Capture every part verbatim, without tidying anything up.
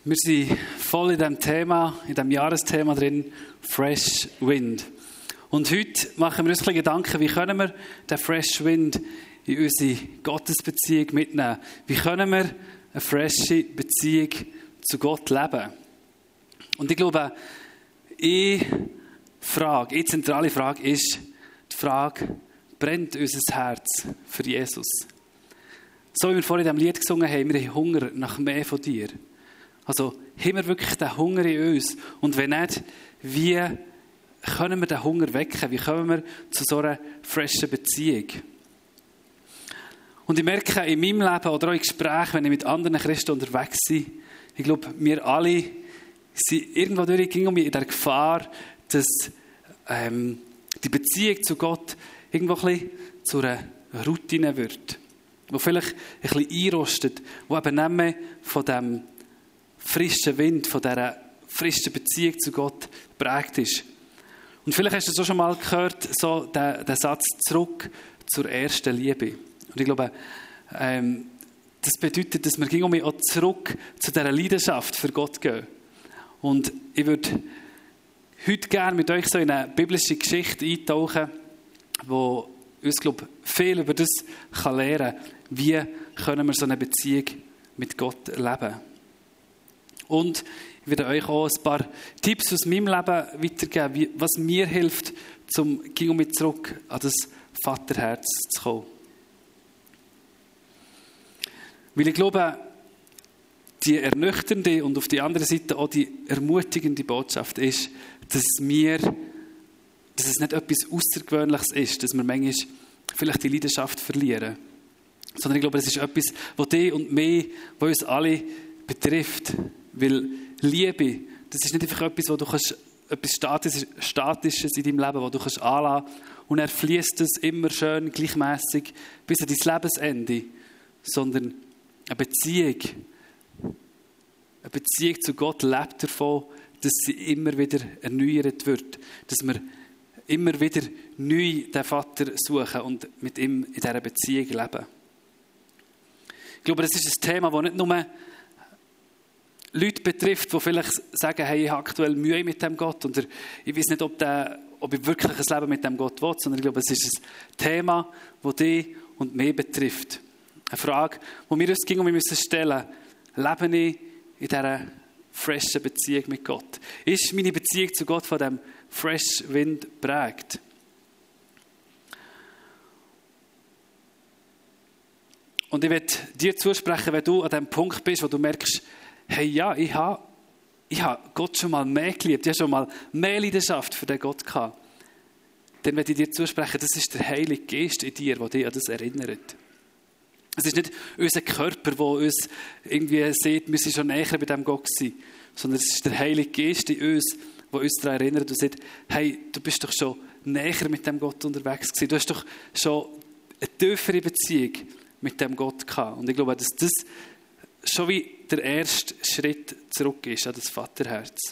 Wir sind voll in diesem Thema, in diesem Jahresthema drin, Fresh Wind. Und heute machen wir uns ein bisschen Gedanken, wie können wir den Fresh Wind in unsere Gottesbeziehung mitnehmen? Wie können wir eine frische Beziehung zu Gott leben? Und ich glaube, eine Frage, eine zentrale Frage ist die Frage, brennt unser Herz für Jesus? So wie wir vorhin in diesem Lied gesungen haben, wir haben Hunger nach mehr von dir. Also haben wir wirklich den Hunger in uns? Und wenn nicht, wie können wir den Hunger wecken? Wie kommen wir zu so einer freshen Beziehung? Und ich merke in meinem Leben oder auch in Gesprächen, wenn ich mit anderen Christen unterwegs bin, ich glaube, wir alle sind irgendwo durch, ging um in der Gefahr, dass ähm, die Beziehung zu Gott irgendwo ein bisschen zu einer Routine wird. Die vielleicht ein bisschen einrostet, die eben nicht mehr von dem frischen Wind, von dieser frischen Beziehung zu Gott geprägt ist. Und vielleicht hast du es auch schon mal gehört, so den, den Satz zurück zur ersten Liebe. Und ich glaube, ähm, das bedeutet, dass wir irgendwie auch zurück zu dieser Leidenschaft für Gott gehen. Und ich würde heute gerne mit euch so in eine biblische Geschichte eintauchen, wo uns, glaube ich, viel über das kann lernen kann, wie können wir so eine Beziehung mit Gott leben. Und ich werde euch auch ein paar Tipps aus meinem Leben weitergeben, wie, was mir hilft, um mit zurück an das Vaterherz zu kommen. Weil ich glaube, die ernüchternde und auf der anderen Seite auch die ermutigende Botschaft ist, dass wir, dass es nicht etwas Außergewöhnliches ist, dass wir manchmal vielleicht die Leidenschaft verlieren. Sondern ich glaube, es ist etwas, das dich und mich, was uns alle betrifft. Weil Liebe, das ist nicht einfach etwas, wo du kannst, etwas Statisches, Statisches in deinem Leben, wo du kannst anlassen und er fließt es immer schön gleichmäßig bis an dein Lebensende. Sondern eine Beziehung, eine Beziehung zu Gott lebt davon, dass sie immer wieder erneuert wird. Dass wir immer wieder neu den Vater suchen und mit ihm in dieser Beziehung leben. Ich glaube, das ist ein Thema, das nicht nur Leute betrifft, die vielleicht sagen, hey, ich habe aktuell Mühe mit dem Gott oder ich weiß nicht, ob, der, ob ich wirklich ein Leben mit dem Gott will, sondern ich glaube, es ist ein Thema, das dich und mich betrifft. Eine Frage, die wir uns gegen und wir müssen stellen, lebe ich in dieser freshen Beziehung mit Gott? Ist meine Beziehung zu Gott von diesem Fresh Wind geprägt? Und ich werde dir zusprechen, wenn du an dem Punkt bist, wo du merkst, hey, ja, ich habe, ich habe Gott schon mal mehr geliebt, ich habe schon mal mehr Leidenschaft für den Gott gehabt. Dann werde ich dir zusprechen, das ist der Heilige Geist in dir, der dich an das erinnert. Es ist nicht unser Körper, der uns irgendwie sieht, wir sind schon näher bei diesem Gott sein, sondern es ist der Heilige Geist in uns, der uns daran erinnert und sagt, hey, du bist doch schon näher mit dem Gott unterwegs gewesen. Du hast doch schon eine tiefere Beziehung mit dem Gott gehabt. Und ich glaube, dass das schon wie der erste Schritt zurück ist an das Vaterherz.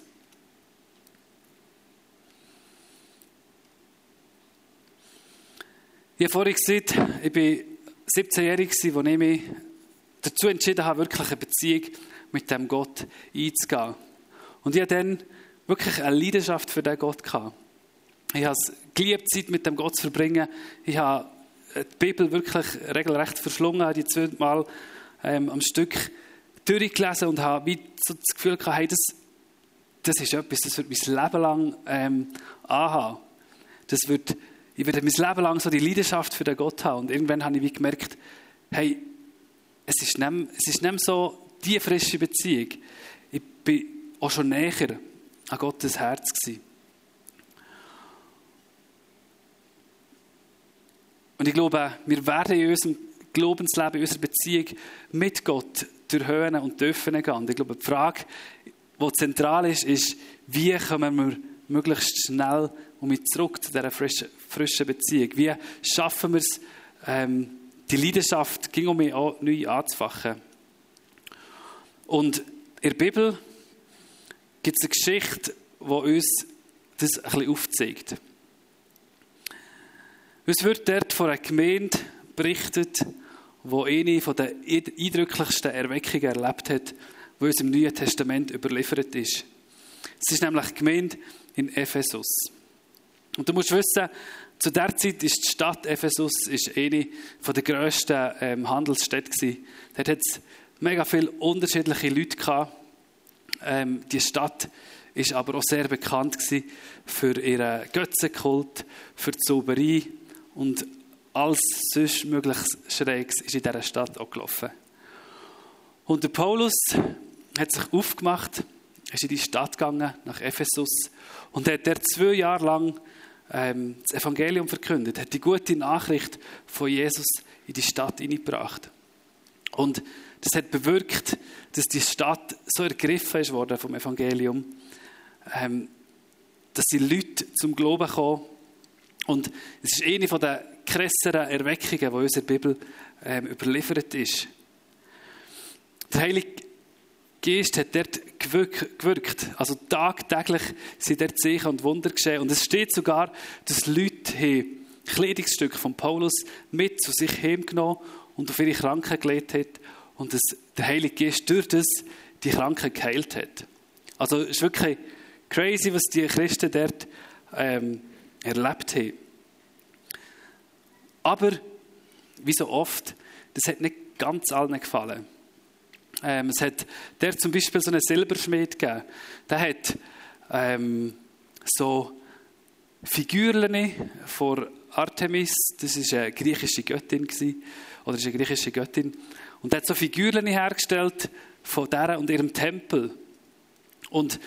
Ich habe vorhin gesagt, ich war siebzehnjährig, als ich mich dazu entschieden habe, wirklich eine Beziehung mit dem Gott einzugehen. Und ich hatte dann wirklich eine Leidenschaft für diesen Gott gehabt. Ich habe es geliebt, Zeit mit dem Gott zu verbringen. Ich habe die Bibel wirklich regelrecht verschlungen, die zweimal ähm, am Stück durchgelesen und habe wie so das Gefühl gehabt, hey, das, das ist etwas, das wird mein Leben lang ähm, anhaben. Das wird, ich werde mein Leben lang so die Leidenschaft für den Gott haben. Und irgendwann habe ich wie gemerkt, hey, es ist nicht, es ist nicht so die frische Beziehung. Ich bin auch schon näher an Gottes Herz gewesen. Und ich glaube, wir werden in unserem Glaubensleben, in unserer Beziehung mit Gott durch Höhen und Tiefen gehen. Und ich glaube, die Frage, die zentral ist, ist, wie kommen wir möglichst schnell und mit zurück zu dieser frischen, frischen Beziehung? Wie schaffen wir es, ähm, die Leidenschaft ging um mich auch neu anzufachen? Und in der Bibel gibt es eine Geschichte, die uns das ein bisschen aufzeigt. Es wird dort von einer Gemeinde berichtet, die eine der eindrücklichsten Erweckungen erlebt hat, die uns im Neuen Testament überliefert ist. Es ist nämlich die Gemeinde in Ephesus. Und du musst wissen, zu der Zeit ist die Stadt Ephesus ist eine der grössten ähm, Handelsstädte gewesen. Dort hat es mega viele unterschiedliche Leute gehabt. Ähm, die Stadt ist aber auch sehr bekannt gewesen für ihren Götzenkult, für die Zauberei und alles sonst mögliches Schräges ist in dieser Stadt auch gelaufen. Und der Paulus hat sich aufgemacht, ist in die Stadt gegangen, nach Ephesus, und hat dort zwei Jahre lang ähm, das Evangelium verkündet, hat die gute Nachricht von Jesus in die Stadt hineingebracht. Und das hat bewirkt, dass die Stadt so ergriffen ist worden vom Evangelium, ähm, dass die Leute zum Glauben kommen. Und es ist eine der krasseren Erweckungen, die in unserer Bibel ähm, überliefert ist. Der Heilige Geist hat dort gewirkt. Also tagtäglich sind dort Zeichen und Wunder geschehen. Und es steht sogar, dass Leute Kleidungsstücke von Paulus mit zu sich heimgenommen und auf ihre Kranken gelegt hat. Und dass der Heilige Geist durch das die Kranken geheilt hat. Also es ist wirklich crazy, was die Christen dort ähm, erlebt haben. Aber, wie so oft, das hat nicht ganz allen gefallen. Ähm, es hat der zum Beispiel so einen Silberschmied gegeben. Der hat ähm, so Figürchen von Artemis, das ist eine griechische Göttin gewesen, oder ist eine griechische Göttin, und der hat so Figürchen hergestellt von der und ihrem Tempel. Und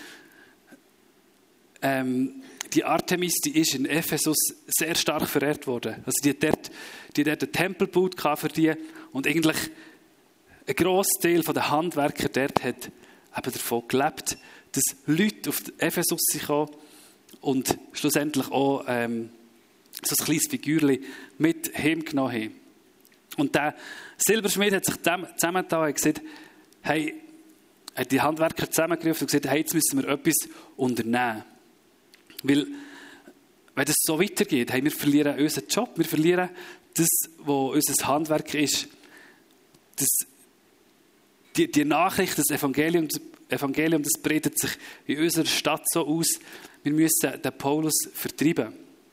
ähm, die Artemis, die ist in Ephesus sehr stark verehrt worden. Also die hat dort, die hat dort einen Tempel gebaut für die, und eigentlich ein grosser Teil der Handwerker dort hat eben davon gelebt, dass Leute auf Ephesus kamen und schlussendlich auch ähm, so ein kleines Figürchen mit heimgenommen haben. Und der Silberschmied hat sich zusammengetan und gesagt, hey, hat die Handwerker zusammengerufen und gesagt, hey, jetzt müssen wir etwas unternehmen. Weil, wenn das so weitergeht, hey, wir verlieren unseren Job, wir verlieren das, was unser Handwerk ist. Das, die, die Nachricht, das Evangelium, das Evangelium, das breitet sich in unserer Stadt so aus, wir müssen den Paulus vertreiben.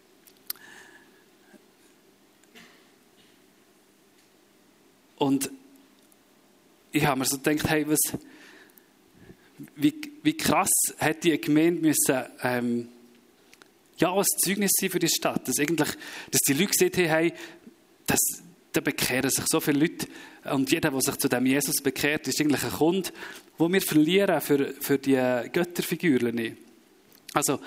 Und ich habe mir so gedacht, hey, was, wie, wie krass hätte die Gemeinde müssen, ähm, ja, ein Zeugnis sein für die Stadt. Dass, eigentlich, dass die Leute gesehen haben, hey, dass, da bekehren sich so viele Leute. Und jeder, der sich zu dem Jesus bekehrt, ist eigentlich ein Kunde, den wir verlieren für, für die Götterfiguren. Also,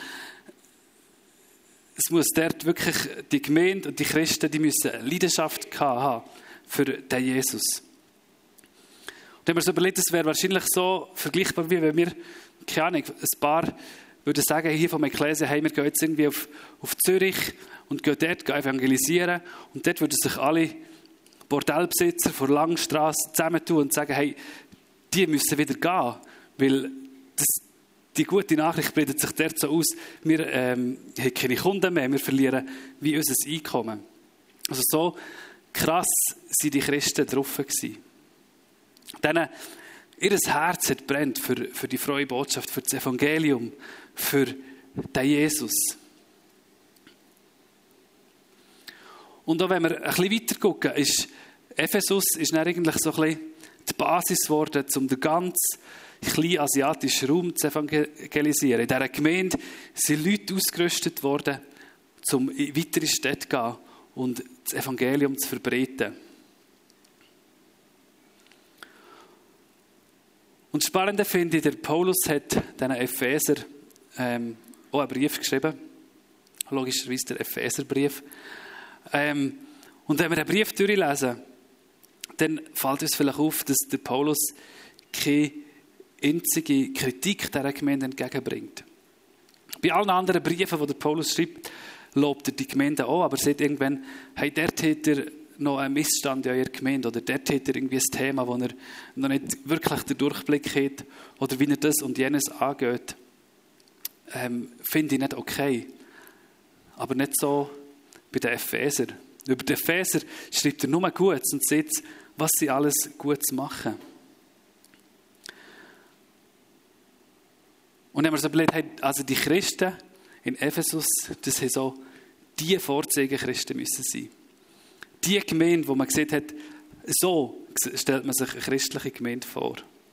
es muss dort wirklich die Gemeinde und die Christen, die müssen Leidenschaft haben für den Jesus. Und wenn man so überlegt, es wäre wahrscheinlich so vergleichbar, wie wenn wir, keine Ahnung, ein paar würden sagen, hier vom Ekklesia, hey, wir gehen jetzt irgendwie auf, auf Zürich und gehen dort evangelisieren. Und dort würden sich alle Bordellbesitzer von Langstrasse zusammentun und sagen, hey, die müssen wieder gehen, weil das, die gute Nachricht breitet sich dort so aus, wir ähm, haben keine Kunden mehr, wir verlieren wie unser Einkommen. Also so krass waren die Christen drauf gewesen. Denen, ihr Herz hat brennt für, für die frohe Botschaft, für das Evangelium, für den Jesus. Und auch wenn wir ein bisschen weiter gucken, ist Ephesus ist dann eigentlich so ein bisschen die Basis geworden, um den ganzen kleinen asiatischen Raum zu evangelisieren. In dieser Gemeinde sind Leute ausgerüstet worden, um in weitere Städte zu gehen und das Evangelium zu verbreiten. Und das Spannende finde ich, der Paulus hat diesen Epheser ähm, auch einen Brief geschrieben. Logischerweise der Epheserbrief. Ähm, und wenn wir den Brief durchlesen, dann fällt uns vielleicht auf, dass der Paulus keine einzige Kritik dieser Gemeinde entgegenbringt. Bei allen anderen Briefen, die der Paulus schreibt, lobt er die Gemeinde auch, aber sieht irgendwann, hey, dort hat er noch einen Missstand in eurer Gemeinde oder dort hat er irgendwie ein Thema, wo er noch nicht wirklich den Durchblick hat oder wie er das und jenes angeht, ähm, finde ich nicht okay. Aber nicht so bei den Epheser. Über die Epheser schreibt er nur Gutes und sieht, was sie alles Gutes machen. Und wenn wir so überlegt haben, also die Christen in Ephesus, das haben so die Vorzeigen-Christen müssen sein. Die Gemeinde, wo man gesehen hat, so stellt man sich eine christliche Gemeinde vor.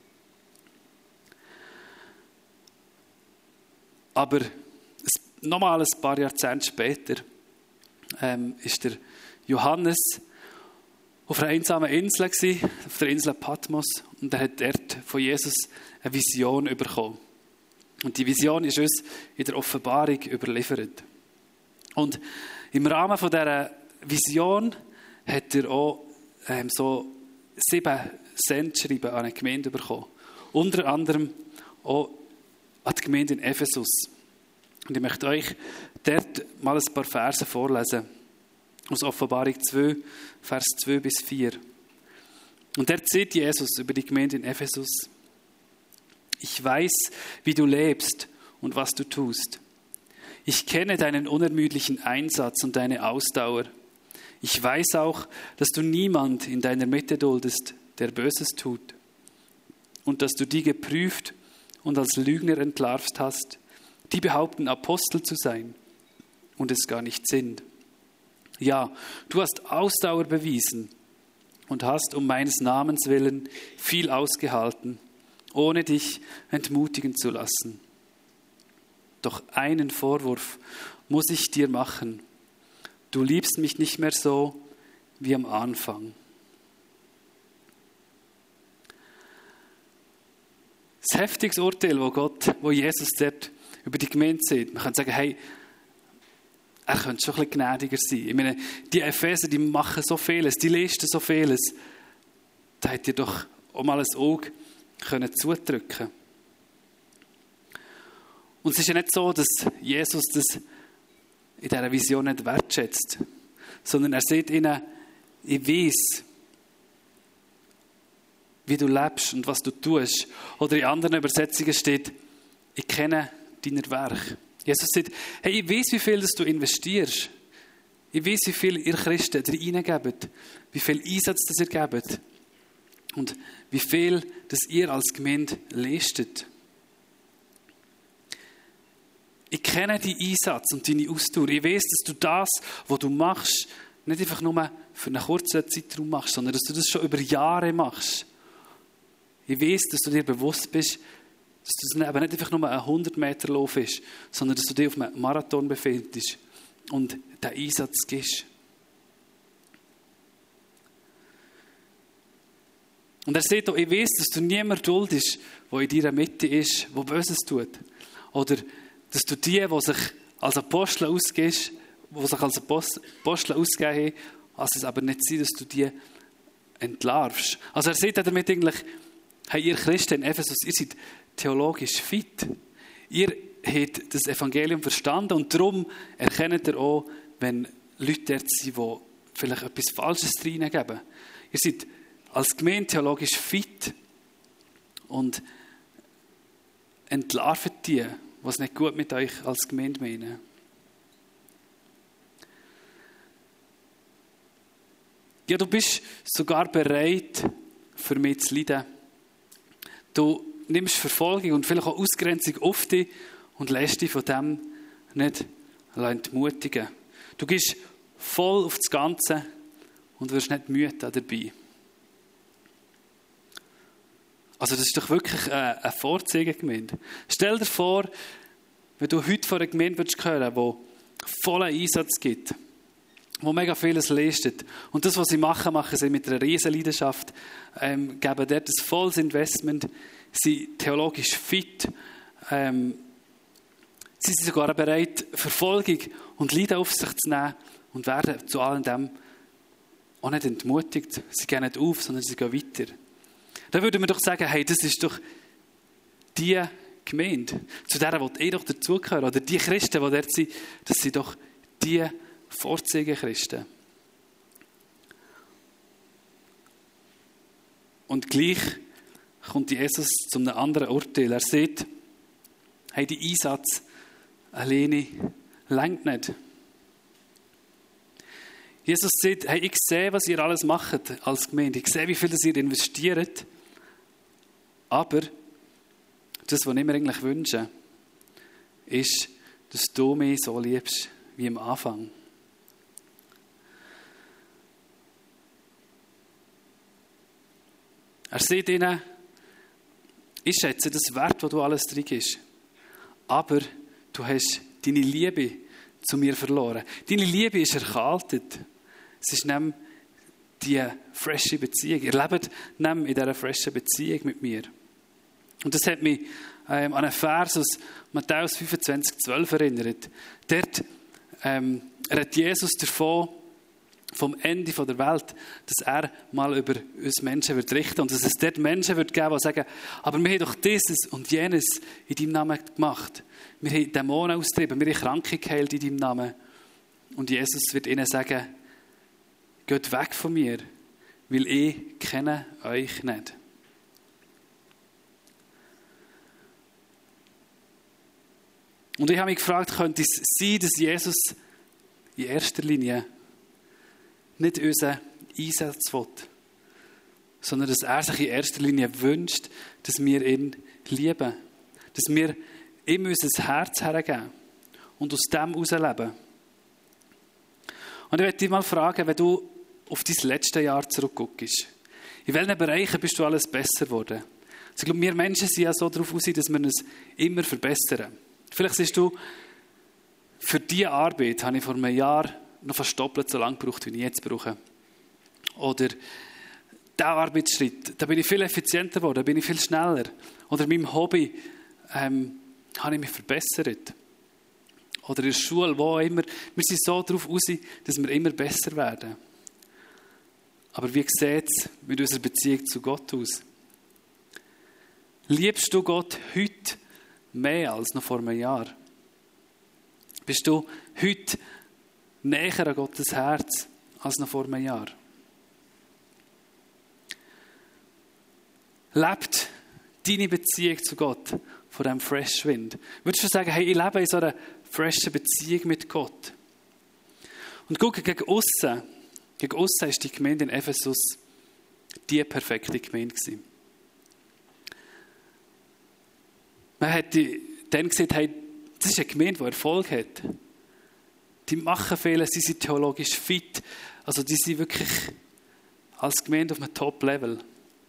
Aber nochmal ein paar Jahrzehnte später ähm, ist der Johannes auf einer einsamen Insel gewesen, auf der Insel Patmos, und er hat dort von Jesus eine Vision bekommen. Und die Vision ist uns in der Offenbarung überliefert. Und im Rahmen von dieser Vision hat er auch ähm, so sieben Sendschreiben an eine Gemeinde bekommen. Unter anderem auch an die Gemeinde in Ephesus. Und ich möchte euch dort mal ein paar Verse vorlesen. Aus Offenbarung zwei, Vers zwei bis vier. Und dort sagt Jesus über die Gemeinde in Ephesus: Ich weiß, wie du lebst und was du tust. Ich kenne deinen unermüdlichen Einsatz und deine Ausdauer. Ich weiß auch, dass du niemand in deiner Mitte duldest, der Böses tut. Und dass du die geprüft und als Lügner entlarvt hast, die behaupten, Apostel zu sein und es gar nicht sind. Ja, du hast Ausdauer bewiesen und hast um meines Namens willen viel ausgehalten, ohne dich entmutigen zu lassen. Doch einen Vorwurf muss ich dir machen. Du liebst mich nicht mehr so wie am Anfang. Das heftiges Urteil, wo Gott, wo Jesus dort über die Gemeinde sieht. Man kann sagen, hey, er könnte schon ein bisschen gnädiger sein. Ich meine, die Epheser, die machen so vieles, die leisten so vieles. Da hätte ihr doch auch mal ein Auge können zudrücken. Und es ist ja nicht so, dass Jesus das in dieser Vision nicht wertschätzt, sondern er sagt ihnen, ich weiss, wie du lebst und was du tust. Oder in anderen Übersetzungen steht, ich kenne dein Werk. Jesus sagt, hey, ich weiss, wie viel das du investierst. Ich weiss, wie viel ihr Christen reingebt, wie viel Einsatz das ihr gebt und wie viel das ihr als Gemeinde leistet. Ich kenne deinen Einsatz und deine Ausdauer. Ich weiss, dass du das, was du machst, nicht einfach nur für einen kurzen Zeitraum machst, sondern dass du das schon über Jahre machst. Ich weiss, dass du dir bewusst bist, dass das eben nicht einfach nur ein hundert Meter Lauf ist, sondern dass du dich auf einem Marathon befindest und den Einsatz gibst. Und er sagt auch, ich weiss, dass du niemand duldest, der in deiner Mitte ist, der Böses tut. Oder dass du die, die sich als Apostel ausgibst, die sich als Apostel ausgeben haben, also es aber nicht sein, dass du die entlarvst. Also er sagt damit eigentlich, hey, ihr Christen in Ephesus, ihr seid theologisch fit. Ihr habt das Evangelium verstanden und darum erkennt ihr auch, wenn Leute dort sind, die vielleicht etwas Falsches reingeben. Ihr seid als Gemeinde theologisch fit und entlarvt die, was nicht gut mit euch als Gemeinde meinen. Ja, du bist sogar bereit, für mich zu leiden. Du nimmst Verfolgung und vielleicht auch Ausgrenzung auf dich und lässt dich von dem nicht entmutigen. Du gehst voll auf das Ganze und wirst nicht müde dabei. Also das ist doch wirklich eine Vorzeigegemeinde. Stell dir vor, wenn du heute von einer Gemeinde hören würdest, die vollen Einsatz gibt, die mega vieles leistet. Und das, was sie machen, machen sie mit einer riesen Leidenschaft, ähm, geben dort ein volles Investment, sind theologisch fit, ähm, sie sind sogar bereit, Verfolgung und Leiden auf sich zu nehmen und werden zu allem dem auch nicht entmutigt. Sie gehen nicht auf, sondern sie gehen weiter. Da würden wir doch sagen, hey, das ist doch die Gemeinde, zu der will ich doch dazugehören. Oder die Christen, die dort sind, das sind doch die Vorzeigen-Christen. Und gleich kommt Jesus zu einem anderen Urteil. Er sagt, hey, die Einsatz alleine reicht nicht. Jesus sagt, hey, ich sehe, was ihr alles macht als Gemeinde. Ich sehe, wie viel das ihr investiert. Aber das, was ich mir eigentlich wünsche, ist, dass du mich so liebst wie am Anfang. Er sagt ihnen, ich schätze das Wert, wo du alles drin gibst. Aber du hast deine Liebe zu mir verloren. Deine Liebe ist erkaltet. Es ist nämlich die frische Beziehung. Ihr lebt nämlich in dieser frischen Beziehung mit mir. Und das hat mich ähm, an einen Vers aus Matthäus fünfundzwanzig, zwölf erinnert. Dort ähm, redet Jesus davon, vom Ende der Welt, dass er mal über uns Menschen wird richten und dass es dort Menschen wird geben, die sagen, aber wir haben doch dieses und jenes in deinem Namen gemacht. Wir haben Dämonen austrieben, wir haben Kranke geheilt in deinem Namen. Und Jesus wird ihnen sagen, geht weg von mir, weil ich kenne euch nicht. Und ich habe mich gefragt, könnte es sein, dass Jesus in erster Linie nicht unseren Einsatz will, sondern dass er sich in erster Linie wünscht, dass wir ihn lieben, dass wir ihm unser Herz hergeben und aus dem heraus leben. Und ich möchte dich mal fragen, wenn du auf dein letzte Jahr zurückguckst, in welchen Bereichen bist du alles besser geworden? Also ich glaube, wir Menschen sind ja so darauf aus, dass wir uns immer verbessern. Vielleicht siehst du, für diese Arbeit habe ich vor einem Jahr noch fast doppelt so lange gebraucht, wie ich jetzt brauche. Oder dieser Arbeitsschritt, da bin ich viel effizienter geworden, da bin ich viel schneller. Oder in meinem Hobby ähm, habe ich mich verbessert. Oder in der Schule, wo auch immer. Wir sind so darauf aus, dass wir immer besser werden. Aber wie sieht es mit unserer Beziehung zu Gott aus? Liebst du Gott heute mehr als noch vor einem Jahr? Bist du heute näher an Gottes Herz als noch vor einem Jahr? Lebt deine Beziehung zu Gott von diesem Fresh Wind? Würdest du sagen, hey, ich lebe in so einer freshen Beziehung mit Gott? Und guck, gegen aussen, gegen aussen ist die Gemeinde in Ephesus die perfekte Gemeinde gewesen. Man hat dann gesagt, hey, das ist eine Gemeinde, die Erfolg hat. Die machen viele, sie sind theologisch fit. Also die sind wirklich als Gemeinde auf einem Top-Level.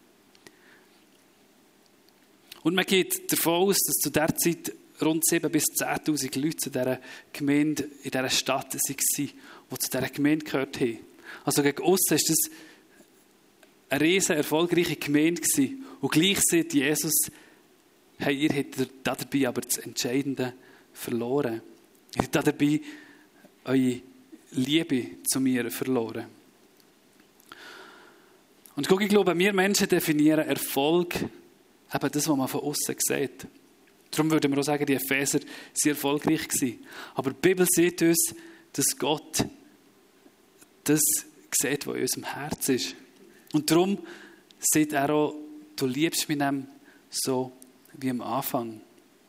Und man geht davon aus, dass zu dieser Zeit rund siebentausend bis zehntausend Leute zu dieser Gemeinde, in dieser Stadt waren, die zu dieser Gemeinde gehört haben. Also gegen aussen war das eine riesen erfolgreiche Gemeinde gewesen. Und gleich sagt Jesus, hey, ihr habt dabei aber das Entscheidende verloren. Ihr habt dabei eure Liebe zu mir verloren. Und guck, ich glaube, wir Menschen definieren Erfolg, eben das, was man von außen sieht. Darum würden wir auch sagen, die Epheser waren erfolgreich gewesen. Aber die Bibel sagt uns, dass Gott das sieht, was in unserem Herz ist. Und darum sagt er auch, du liebst mich nämlich so wie am Anfang.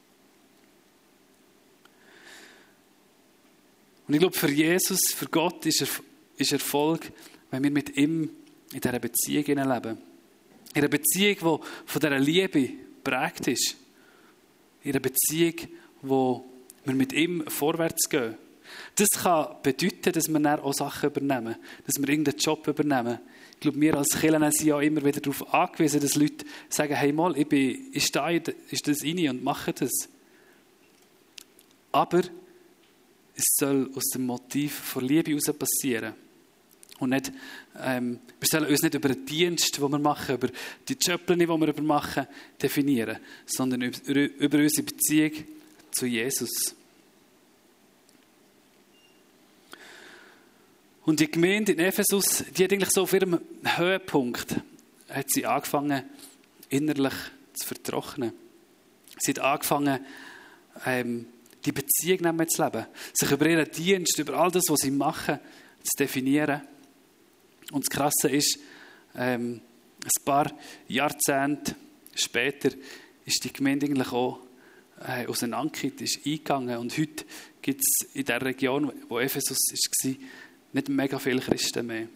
Und ich glaube, für Jesus, für Gott ist, er, ist Erfolg, wenn wir mit ihm in dieser Beziehung leben. In einer Beziehung, die von dieser Liebe geprägt ist. In einer Beziehung, wo wir mit ihm vorwärts gehen. Das kann bedeuten, dass wir dann auch Sachen übernehmen. Dass wir irgendeinen Job übernehmen. Ich glaube, wir als Kirchen sind ja immer wieder darauf angewiesen, dass Leute sagen, hey mal, ich, bin, ich stehe in das rein und mache das. Aber es soll aus dem Motiv von Liebe heraus passieren. Und nicht, ähm, wir sollen uns nicht über den Dienst, den wir machen, über die Jobpläne, die wir machen, definieren, sondern über, über unsere Beziehung zu Jesus. Und die Gemeinde in Ephesus, die hat eigentlich so auf ihrem Höhepunkt, hat sie angefangen, innerlich zu vertrocknen. Sie hat angefangen, ähm, die Beziehung zu leben, sich über ihren Dienst, über all das, was sie machen, zu definieren. Und das Krasse ist, ähm, ein paar Jahrzehnte später ist die Gemeinde eigentlich auch äh, auseinandergegangen, ist eingegangen. Und heute gibt es in der Region, wo Ephesus war, nicht mega viele Christen mehr.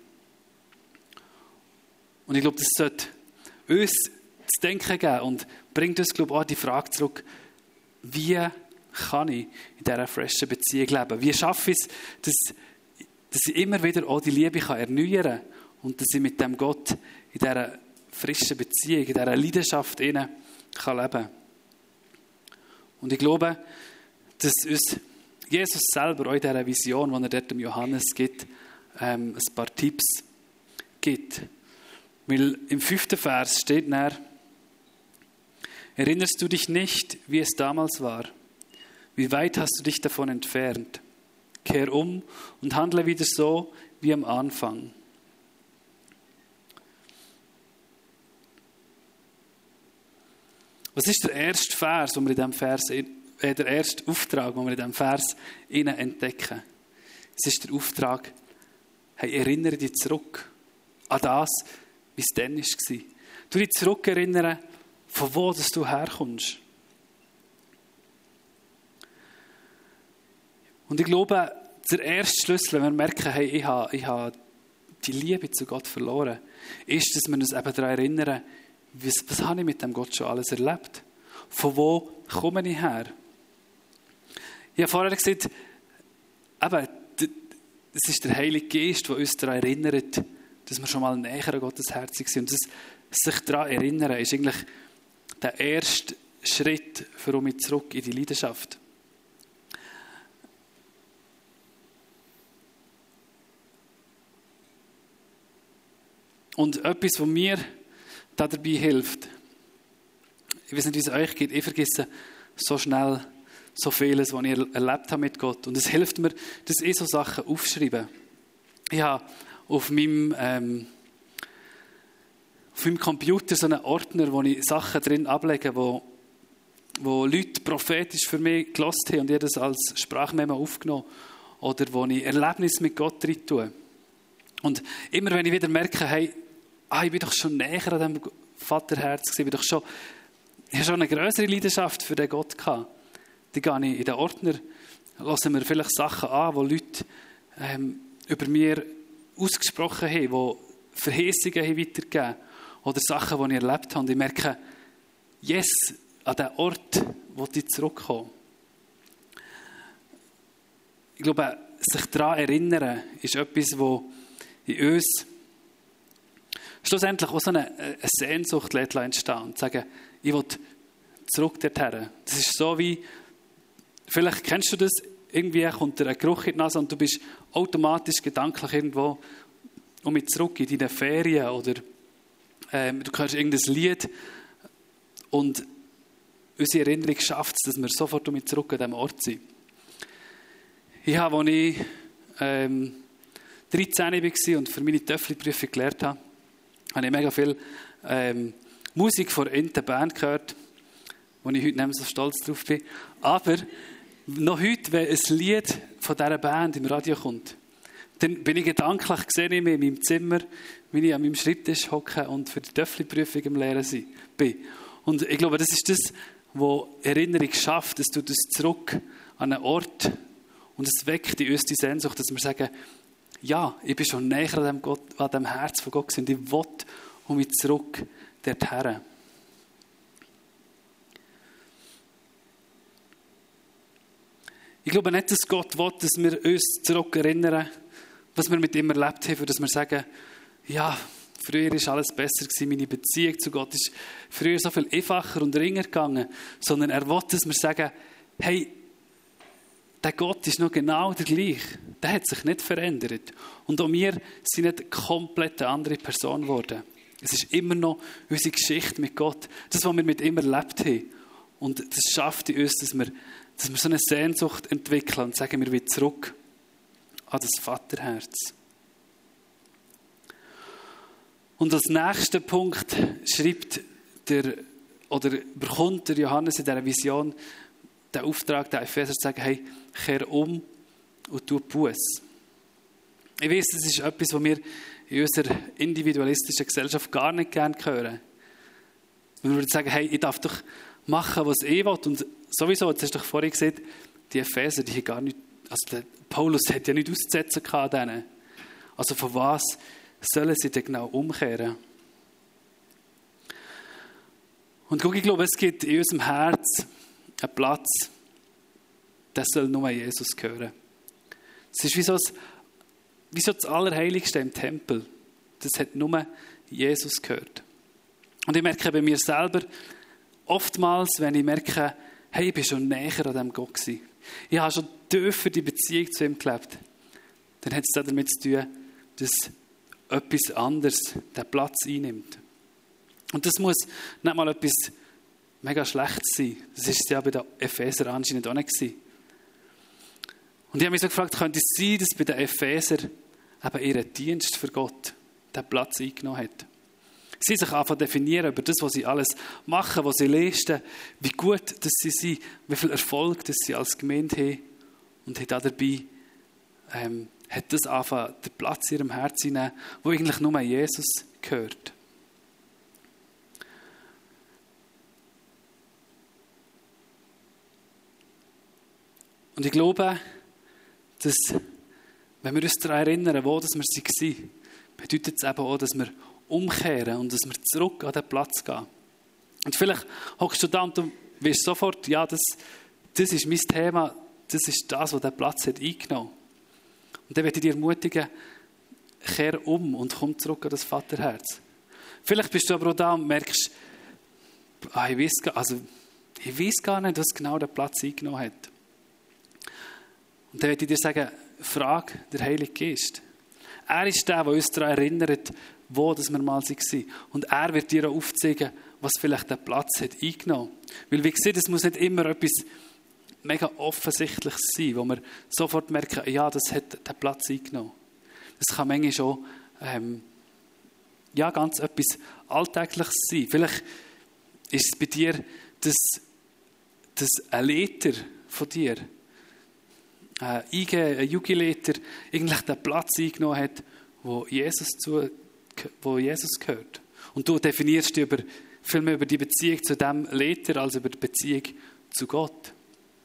Und ich glaube, das sollte uns zu denken geben und bringt uns, glaube ich, auch die Frage zurück, wie kann ich in dieser frischen Beziehung leben? Wie schaffe ich es, dass, dass ich immer wieder auch die Liebe kann erneuern kann und dass ich mit dem Gott in dieser frischen Beziehung, in dieser Leidenschaft innen kann leben? Und ich glaube, dass uns Jesus selber auch in dieser Vision, die er dort dem Johannes gibt, ähm, ein paar Tipps gibt. Weil im fünften Vers steht dann: Erinnerst du dich nicht, wie es damals war? Wie weit hast du dich davon entfernt? Kehr um und handle wieder so wie am Anfang. Was ist der erste Vers, den wir in diesem Vers, äh, der erste Auftrag, den wir in diesem Vers entdecken? Es ist der Auftrag: Hey, erinnere dich zurück an das, wie es dann war. Du dich zurückerinnern, von wo dass du herkommst. Und ich glaube, der erste Schlüssel, wenn wir merken, hey, ich habe, ich habe die Liebe zu Gott verloren, ist, dass wir uns eben daran erinnern, was, was habe ich mit dem Gott schon alles erlebt? Von wo komme ich her? Ich habe vorher gesagt, eben, es ist der Heilige Geist, der uns daran erinnert, dass wir schon mal näher an Gottes Herz sind. Und das, sich daran erinnern, ist eigentlich der erste Schritt für mich zurück in die Leidenschaft. Und etwas, was mir da dabei hilft, ich weiß nicht, wie es euch geht, ich vergesse so schnell so vieles, was ich erlebt habe mit Gott. Und es hilft mir, dass ich so Sachen aufschreibe. Ich habe auf meinem, ähm, auf meinem Computer so einen Ordner, wo ich Sachen drin ablege, wo, wo Leute prophetisch für mich gehört haben und ich das als Sprachmemo aufgenommen. Oder wo ich Erlebnisse mit Gott drin tue. Und immer wenn ich wieder merke, hey, ah, ich bin doch schon näher an dem Vaterherz gewesen, ich, bin doch schon, ich habe schon eine größere Leidenschaft für den Gott gehabt. Dann gehe ich in den Ordner, höre mir vielleicht Sachen an, die Leute ähm, über mir ausgesprochen haben, die Verheißungen haben weitergegeben oder Sachen, die ich erlebt habe. Und ich merke, yes, an diesen Ort will ich zurückkommen. Ich glaube, sich daran erinnern, ist etwas, das in uns schlussendlich auch so eine, eine Sehnsucht entstehen und sagen, ich will zurück dorthin. Das ist so wie, vielleicht kennst du das, irgendwie kommt dir ein Geruch in die Nase und du bist automatisch gedanklich irgendwo um mich zurück in deine Ferien oder ähm, du hörst irgendein Lied und unsere Erinnerung schafft es, dass wir sofort um mich zurück an diesem Ort sind. Ich habe, als ich ähm, dreizehn war und für meine Töffli-Prüfung gelernt habe, habe ich mega viel ähm, Musik von der Band gehört, wo ich heute nicht mehr so stolz drauf bin. Aber noch heute, wenn ein Lied von dieser Band im Radio kommt, dann bin ich gedanklich, sehe ich mich in meinem Zimmer, wie ich an meinem Schreibtisch hocke und für die Töffli-Prüfung im Lehren bin. Und ich glaube, das ist das, was Erinnerung schafft. Es tut uns zurück an einen Ort und es weckt in uns die Sehnsucht, dass wir sagen, ja, ich bin schon näher an dem, Gott, an dem Herz von Gott und ich will um mich zurück dorthin. Ich glaube nicht, dass Gott will, dass wir uns zurückerinnern, was wir mit ihm erlebt haben, dass wir sagen, ja, früher war alles besser gewesen, meine Beziehung zu Gott ist früher so viel einfacher und ringer gegangen, sondern er will, dass wir sagen, hey, der Gott ist noch genau der gleiche. Der hat sich nicht verändert. Und auch wir sind nicht komplett eine andere Person geworden. Es ist immer noch unsere Geschichte mit Gott. Das, was wir mit ihm erlebt haben. Und das schafft in uns, dass wir, dass wir so eine Sehnsucht entwickeln und sagen, wir wollen zurück an das Vaterherz. Und als nächsten Punkt schreibt der, oder bekommt der Johannes in dieser Vision den Auftrag, den Epheser zu sagen, hey, kehr um und tu Buß. Ich weiss, das ist etwas, was wir in unserer individualistischen Gesellschaft gar nicht gerne hören. Wir würden sagen, hey, ich darf doch machen, was ich will. Und sowieso, jetzt hast du doch vorhin gesagt, die Epheser, die haben gar nicht, also der Paulus hat ja nicht auszusetzen an denen. Also von was sollen sie denn genau umkehren? Und guck, ich glaube, es gibt in unserem Herz einen Platz, das soll nur Jesus gehören. Es ist wie so das, wie so das Allerheiligste im Tempel. Das hat nur Jesus gehört. Und ich merke bei mir selber, oftmals, wenn ich merke, hey, ich bin schon näher an diesem Gott gewesen. Ich habe schon tiefer die Beziehung zu ihm gelebt. Dann hat es damit zu tun, dass etwas anderes den Platz einnimmt. Und das muss nicht mal etwas mega Schlechtes sein. Das ist es ja bei den Epheser anscheinend auch nicht gewesen. Und ich habe mich so gefragt, könnte es sein, dass bei den Epheser eben ihren Dienst für Gott den Platz eingenommen hat. Sie sich anfangen zu definieren über das, was sie alles machen, was sie leisten, wie gut dass sie sind, wie viel Erfolg dass sie als Gemeinde haben. Und hat dabei ähm, hat das angefangen, den Platz in ihrem Herzen zu nehmen, wo eigentlich nur Jesus gehört. Und ich glaube, dass, wenn wir uns daran erinnern, wo das wir waren, bedeutet es eben auch, dass wir umkehren und dass wir zurück an den Platz gehen. Und vielleicht hockst du da und du weißt sofort, ja, das, das ist mein Thema, das ist das, was der Platz hat eingenommen. Und dann möchte ich dich ermutigen, kehr um und komm zurück an das Vaterherz. Vielleicht bist du aber auch da und merkst, ah, ich weiß gar, also, ich weiß gar nicht, was genau der Platz eingenommen hat. Und dann möchte ich dir sagen, frag den Heiligen Geist. Er ist der, der uns daran erinnert, wo das wir mal waren. Und er wird dir auch aufzeigen, was vielleicht der Platz hat eingenommen. Weil wie gesagt, es muss nicht immer etwas mega Offensichtliches sein, wo wir sofort merken, ja, das hat den Platz eingenommen. Das kann manchmal schon ähm, ja, ganz etwas Alltägliches sein. Vielleicht ist es bei dir, dass, dass ein Leiter von dir, ein Jugendleiter, eigentlich den Platz eingenommen hat, wo Jesus, zu, wo Jesus gehört. Und du definierst über, viel mehr über die Beziehung zu diesem Leiter als über die Beziehung zu Gott.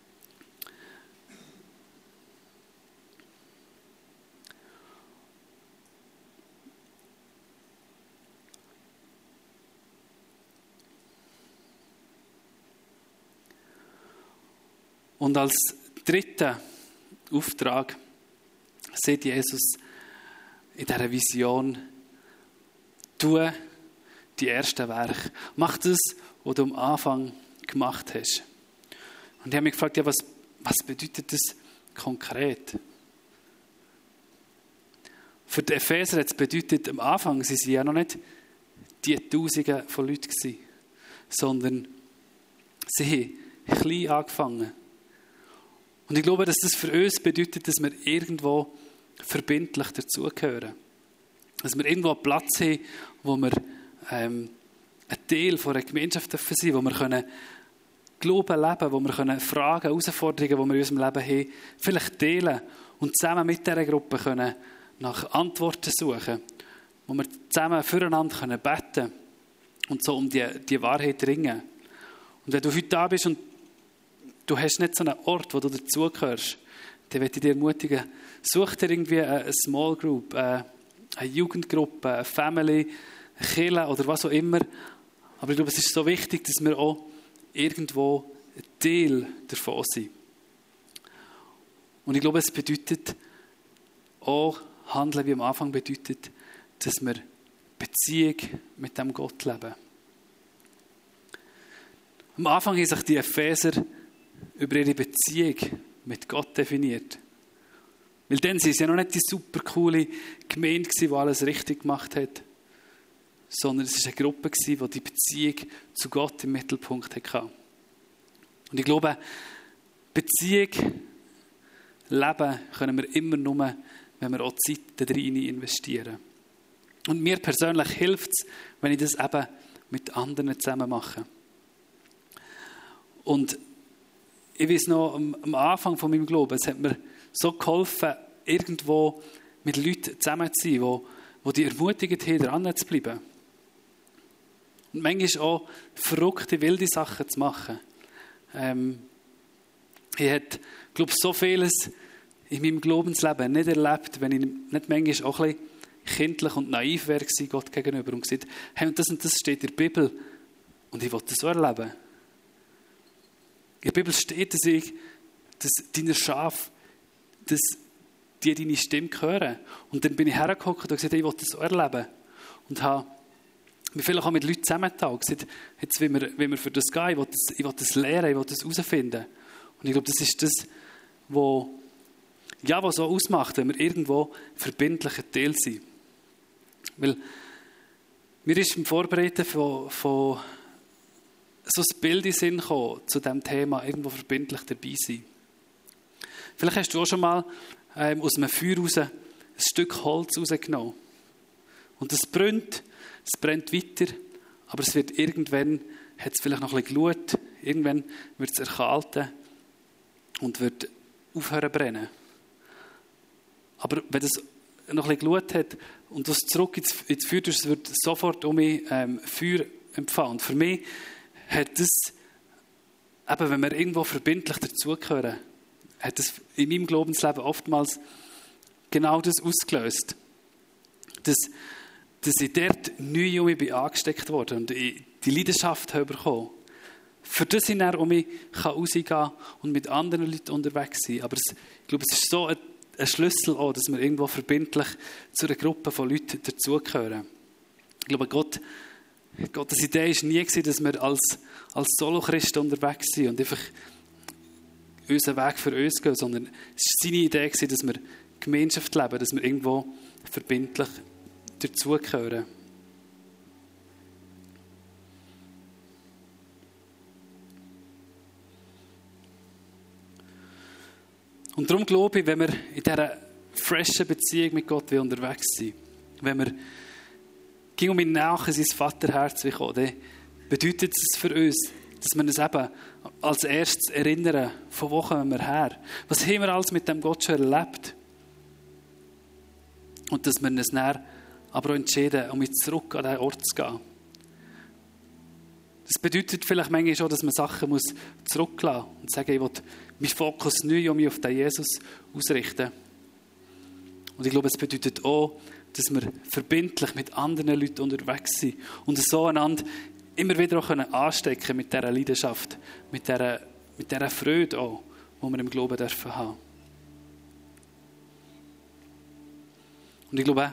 Und als dritter Auftrag sieht Jesus in dieser Vision, tu die ersten Werke. Mach das, was du am Anfang gemacht hast. Und ich habe mich gefragt, ja, was, was bedeutet das konkret? Für die Epheser hat es bedeutet, am Anfang, sie waren ja noch nicht die Tausende von Leuten gewesen, sondern sie haben klein angefangen. Und ich glaube, dass das für uns bedeutet, dass wir irgendwo verbindlich dazugehören. Dass wir irgendwo einen Platz haben, wo wir ähm, ein Teil von einer Gemeinschaft sein dürfen, wo wir können Glauben leben, wo wir können Fragen, Herausforderungen, die wir in unserem Leben haben, vielleicht teilen und zusammen mit dieser Gruppe können nach Antworten suchen, wo wir zusammen füreinander können beten und so um die, die Wahrheit ringen. Und wenn du heute da bist und du hast nicht so einen Ort, wo du dazugehörst, dann möchte ich dir ermutigen, such dir irgendwie eine Small Group, eine Jugendgruppe, eine Family, eine Kirche oder was auch immer. Aber ich glaube, es ist so wichtig, dass wir auch irgendwo ein Teil davon sind. Und ich glaube, es bedeutet auch, Handeln wie am Anfang bedeutet, dass wir Beziehung mit dem Gott leben. Am Anfang haben sich die Epheser über ihre Beziehung mit Gott definiert. Weil dann waren sie ja noch nicht die super coole Gemeinde, die alles richtig gemacht hat, sondern es war eine Gruppe, die die Beziehung zu Gott im Mittelpunkt hatte. Und ich glaube, Beziehung leben können wir immer nur, wenn wir auch Zeit da rein investieren. Und mir persönlich hilft es, wenn ich das eben mit anderen zusammen mache. Und ich weiß noch, am Anfang von meinem Glauben, es hat mir so geholfen, irgendwo mit Leuten zusammen zu sein, die, die dich ermutigt haben, dran zu bleiben. Und manchmal auch verrückte, wilde Sachen zu machen. Ähm, ich habe, glaube ich, so vieles in meinem Glaubensleben nicht erlebt, wenn ich nicht manchmal auch ein bisschen kindlich und naiv wäre Gott gegenüber und gesagt, hey, und das und das steht in der Bibel und ich will das so erleben. In der Bibel steht, dass ich dass deine Schafe, dass die deine Stimme hören. Und dann bin ich hergekommen und gesagt, ich will das so erleben. Und habe mich vielleicht auch mit Leuten zusammengetan und gesagt, jetzt will wir, will wir für das gehen, ich will das, ich will das lernen, ich will das herausfinden. Und ich glaube, das ist das, was ja, was so ausmacht, wenn wir irgendwo verbindlicher Teil sind. Weil mir ist im Vorbereiten von, von so ein Bild in den Sinn gekommen, zu diesem Thema, irgendwo verbindlich dabei sein. Vielleicht hast du auch schon mal ähm, aus einem Feuer raus ein Stück Holz rausgenommen. Und es brennt, es brennt weiter, aber es wird irgendwann, hat es vielleicht noch ein bisschen geglut, irgendwann wird es erkalten und wird aufhören zu brennen. Aber wenn es noch ein bisschen geglut hat und du es zurück ins, ins Feuer tust, wird sofort um mich ähm, Feuer empfangen. Und für mich hat das, eben, wenn wir irgendwo verbindlich dazugehören, hat das in meinem Glaubensleben oftmals genau das ausgelöst. Dass, dass ich dort neu um mich bin angesteckt wurde und ich die Leidenschaft habe bekommen. Für das ich dann um mich rausgehen kann und mit anderen Leuten unterwegs sein. Aber es, ich glaube, es ist so ein, ein Schlüssel auch, dass wir irgendwo verbindlich zu einer Gruppe von Leuten dazugehören. Ich glaube, Gott, Gottes Idee war nie, dass wir als, als Solo-Christen unterwegs sind und einfach unseren Weg für uns gehen, sondern es war seine Idee, dass wir Gemeinschaft leben, dass wir irgendwo verbindlich dazugehören. Und darum glaube ich, wenn wir in dieser freshen Beziehung mit Gott unterwegs sind, wenn wir ging um ihn nach in sein Vaterherz kommen, dann bedeutet es für uns, dass wir uns eben als erstes erinnern, von wo kommen wir her? Was haben wir alles mit dem Gott schon erlebt? Und dass wir uns dann aber auch entschieden, um jetzt zurück an diesen Ort zu gehen. Das bedeutet vielleicht manchmal schon, dass man Sachen muss zurücklassen muss und sagen, ich will meinen Fokus neu um mich auf den Jesus ausrichten. Und ich glaube, es bedeutet auch, dass wir verbindlich mit anderen Leuten unterwegs sind und so einander immer wieder auch anstecken können mit dieser Leidenschaft, mit dieser, mit dieser Freude auch, die wir im Glauben dürfen haben. Und ich glaube,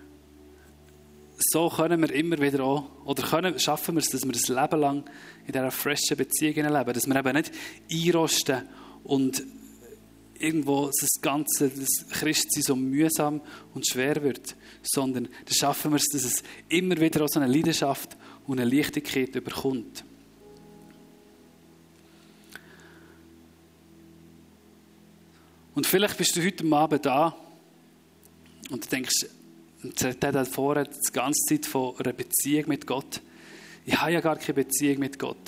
so können wir immer wieder auch, oder können, schaffen wir es, dass wir das Leben lang in dieser freshen Beziehung leben, dass wir eben nicht einrosten und irgendwo das Ganze, das Christsein so mühsam und schwer wird, sondern das schaffen wir es, dass es immer wieder auch so eine Leidenschaft und eine Leichtigkeit überkommt. Und vielleicht bist du heute Abend da und du denkst, und er hat halt vorher die ganze Zeit von einer Beziehung mit Gott. Ich habe ja gar keine Beziehung mit Gott.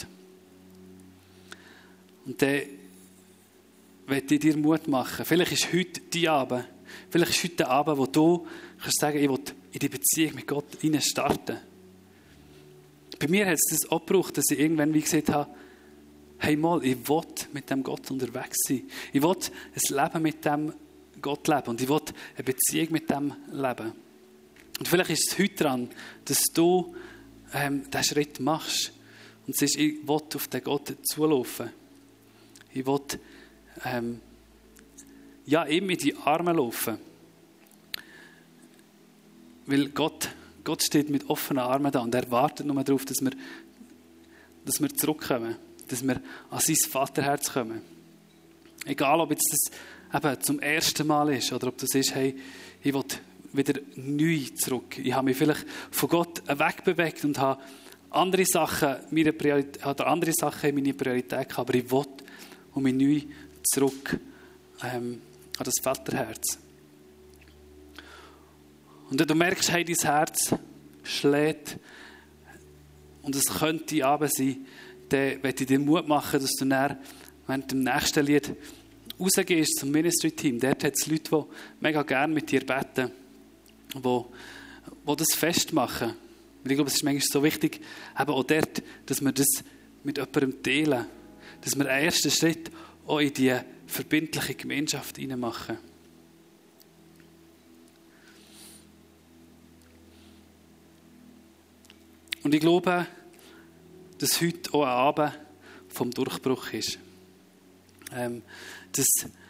Und dann möchte ich dir Mut machen. Vielleicht ist heute dein Abend, vielleicht ist heute der Abend, wo du kannst sagen, ich will in die Beziehung mit Gott hinein starten. Bei mir hat es das auch gebraucht, dass ich irgendwann wie gesagt habe, hey mal, ich will mit dem Gott unterwegs sein. Ich will ein Leben mit dem Gott leben und ich will eine Beziehung mit dem leben. Und vielleicht ist es heute dran, dass du ähm, diesen Schritt machst und sagst, ich will auf den Gott zulaufen. Ich will ähm, ja, ihm in die Arme laufen. Weil Gott, Gott steht mit offenen Armen da und er wartet nur darauf, dass wir, dass wir zurückkommen, dass wir an sein Vaterherz kommen. Egal, ob jetzt das eben zum ersten Mal ist oder ob das ist, hey, ich will wieder neu zurück. Ich habe mich vielleicht von Gott wegbewegt und habe andere Sachen, meine Priorität, oder andere Sachen in meine Priorität gehabt, aber ich will um mich neu zurück ähm, an das Vaterherz. Und wenn du merkst, hey, dein Herz schlägt und es könnte Abend sein, dann möchte ich dir Mut machen, dass du dann während dem nächsten Lied rausgehst zum Ministry-Team. Dort hat es Leute, die mega gerne mit dir beten, die, die das festmachen. Und ich glaube, es ist manchmal so wichtig, eben auch dort, dass wir das mit jemandem teilen. Dass wir einen ersten Schritt auch in die verbindliche Gemeinschaft hineinmachen. Und ich glaube, dass heute auch ein Abend vom Durchbruch ist. Ähm, dass,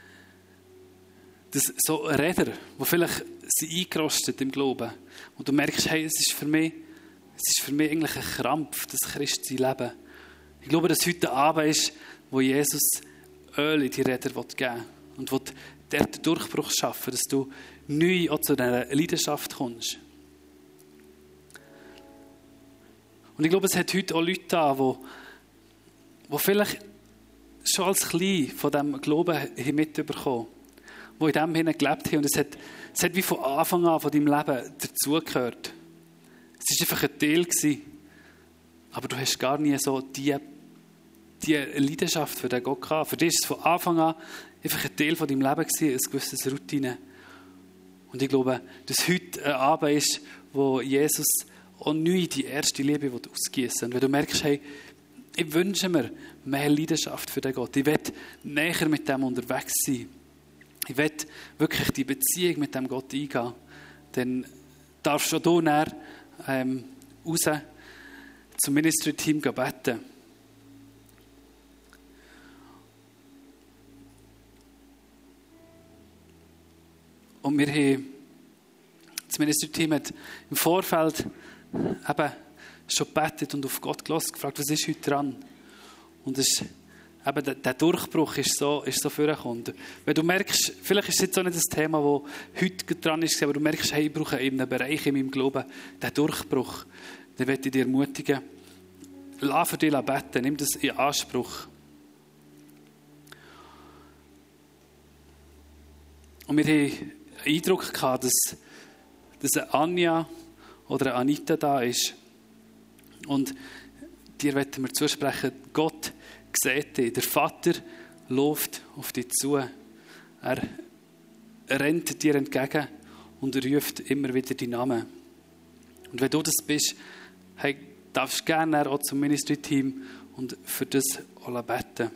dass so Räder, die vielleicht sind eingerostet im Glauben, und du merkst, hey, es ist für mich, es ist für mich eigentlich ein Krampf, das Christsein leben. Ich glaube, dass heute ein Abend ist, wo Jesus Öl in die Räder geben will und will dort den Durchbruch schaffen, dass du neu auch zu dieser Leidenschaft kommst. Und ich glaube, es hat heute auch Leute da, die, die vielleicht schon als Klein von diesem Glauben mitbekommen, die in dem hinein gelebt haben. Und es hat, es hat wie von Anfang an von deinem Leben dazugehört. Es war einfach ein Teil gewesen, aber du hast gar nie so die, die Leidenschaft für den Gott gehabt. Für dich war es von Anfang an einfach ein Teil von deinem Leben gewesen, ein gewisses Routine. Und ich glaube, dass heute ein Abend ist, wo Jesus auch neu die erste Liebe ausgießen will. Und wenn du merkst, hey, ich wünsche mir mehr Leidenschaft für den Gott. Ich will näher mit dem unterwegs sein. Ich will wirklich die Beziehung mit dem Gott eingehen. Dann darfst du hier näher ähm, raus zum Ministry-Team beten. Und wir haben, das Ministry-Team hat im Vorfeld eben schon gebetet und auf Gott gelassen, gefragt, was ist heute dran? Und es ist, eben, der, der Durchbruch ist so, ist so vorgekommen. Wenn du merkst, vielleicht ist es jetzt auch nicht das Thema, das heute dran ist, aber du merkst, hey, ich brauche in einem Bereich in meinem Glauben den Durchbruch, dann möchte ich dich ermutigen, lass für dich beten, nimm das in Anspruch. Und wir haben einen Eindruck gehabt, dass, dass eine Anja oder eine Anita da ist. Und dir möchten wir zusprechen, Gott sieht dich. Der Vater läuft auf dich zu. Er rennt dir entgegen und ruft immer wieder deinen Namen. Und wenn du das bist, hey, darfst du gerne auch zum Ministry-Team und für das auch beten.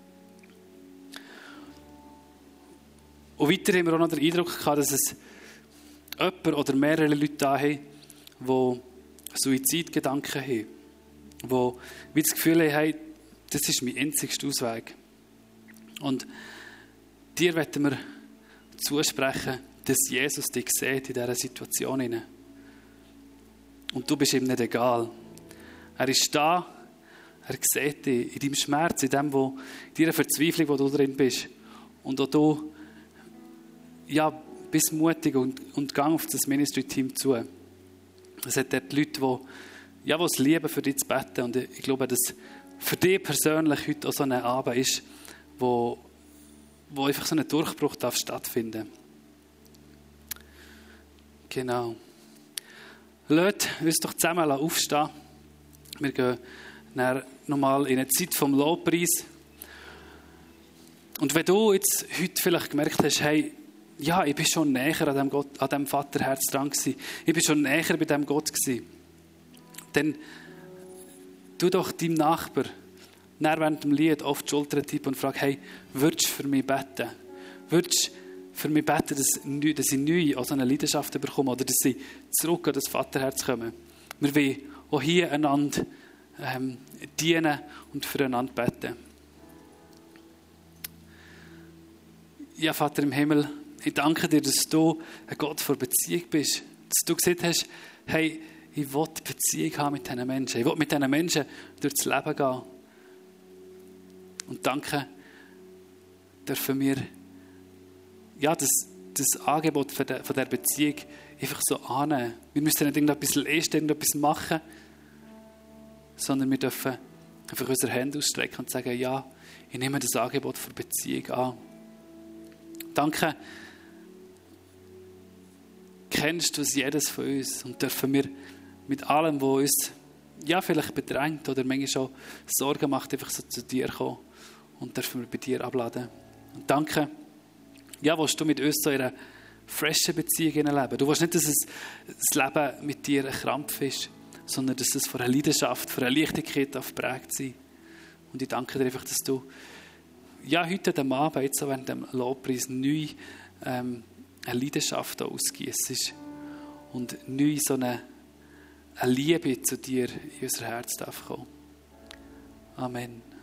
Und weiter haben wir auch noch den Eindruck gehabt, dass es jemand oder mehrere Leute da haben, die Suizidgedanken haben. Die wie das Gefühl haben, hey, das ist mein einzigster Ausweg. Und dir möchten wir zusprechen, dass Jesus dich sieht in dieser Situation. Und du bist ihm nicht egal. Er ist da, er sieht dich in deinem Schmerz, in dem, wo, in deiner Verzweiflung, wo du drin bist. Und auch du, ja, bist mutig und, und gang auf das Ministry-Team zu. Es hat dort Leute, die, ja, die es lieben, für dich zu beten. Und ich glaube, dass für dich persönlich heute auch so ein Abend ist, wo, wo einfach so ein Durchbruch darf stattfinden. Genau. Lasst uns doch zusammen aufstehen. Wir gehen dann nochmal in eine Zeit vom Lobpreis. Und wenn du jetzt heute vielleicht gemerkt hast, hey, ja, ich bin schon näher an dem, Gott, an dem Vaterherz dran gewesen. Ich bin schon näher bei dem Gott gewesen. Dann tu doch deinem Nachbar nach während dem Lied auf die Schulter tippen und frag, hey, würdest du für mich beten? Würdest du für mich beten, dass, dass ich neu auch so eine Leidenschaft bekomme oder dass ich zurück an das Vaterherz komme? Wir wollen auch hier einander ähm, dienen und füreinander beten. Ja, Vater im Himmel, ich danke dir, dass du ein Gott vor Beziehung bist. Dass du gesagt hast, hey, ich will Beziehung haben mit diesen Menschen. Ich will mit diesen Menschen durchs Leben gehen. Und danke, dürfen wir ja, das, das Angebot von der, von der Beziehung einfach so annehmen. Wir müssen nicht irgendetwas leisten, irgendetwas machen, sondern wir dürfen einfach unsere Hände ausstrecken und sagen, ja, ich nehme das Angebot für Beziehung an. Danke, kennst du es jedes von uns und dürfen wir mit allem, was uns ja, vielleicht bedrängt oder manchmal schon Sorgen macht, einfach so zu dir kommen und dürfen wir bei dir abladen. Und danke, ja, willst du mit uns so in einer freshen Beziehung leben. Du willst nicht, dass es, das Leben mit dir ein Krampf ist, sondern dass es von einer Leidenschaft, von einer Leichtigkeit geprägt sein. Und ich danke dir einfach, dass du ja, heute am Abend, jetzt so während dem Lobpreis, neu ähm, eine Leidenschaft ausgießt und neu so eine, eine Liebe zu dir in unser Herz darf kommen. Amen.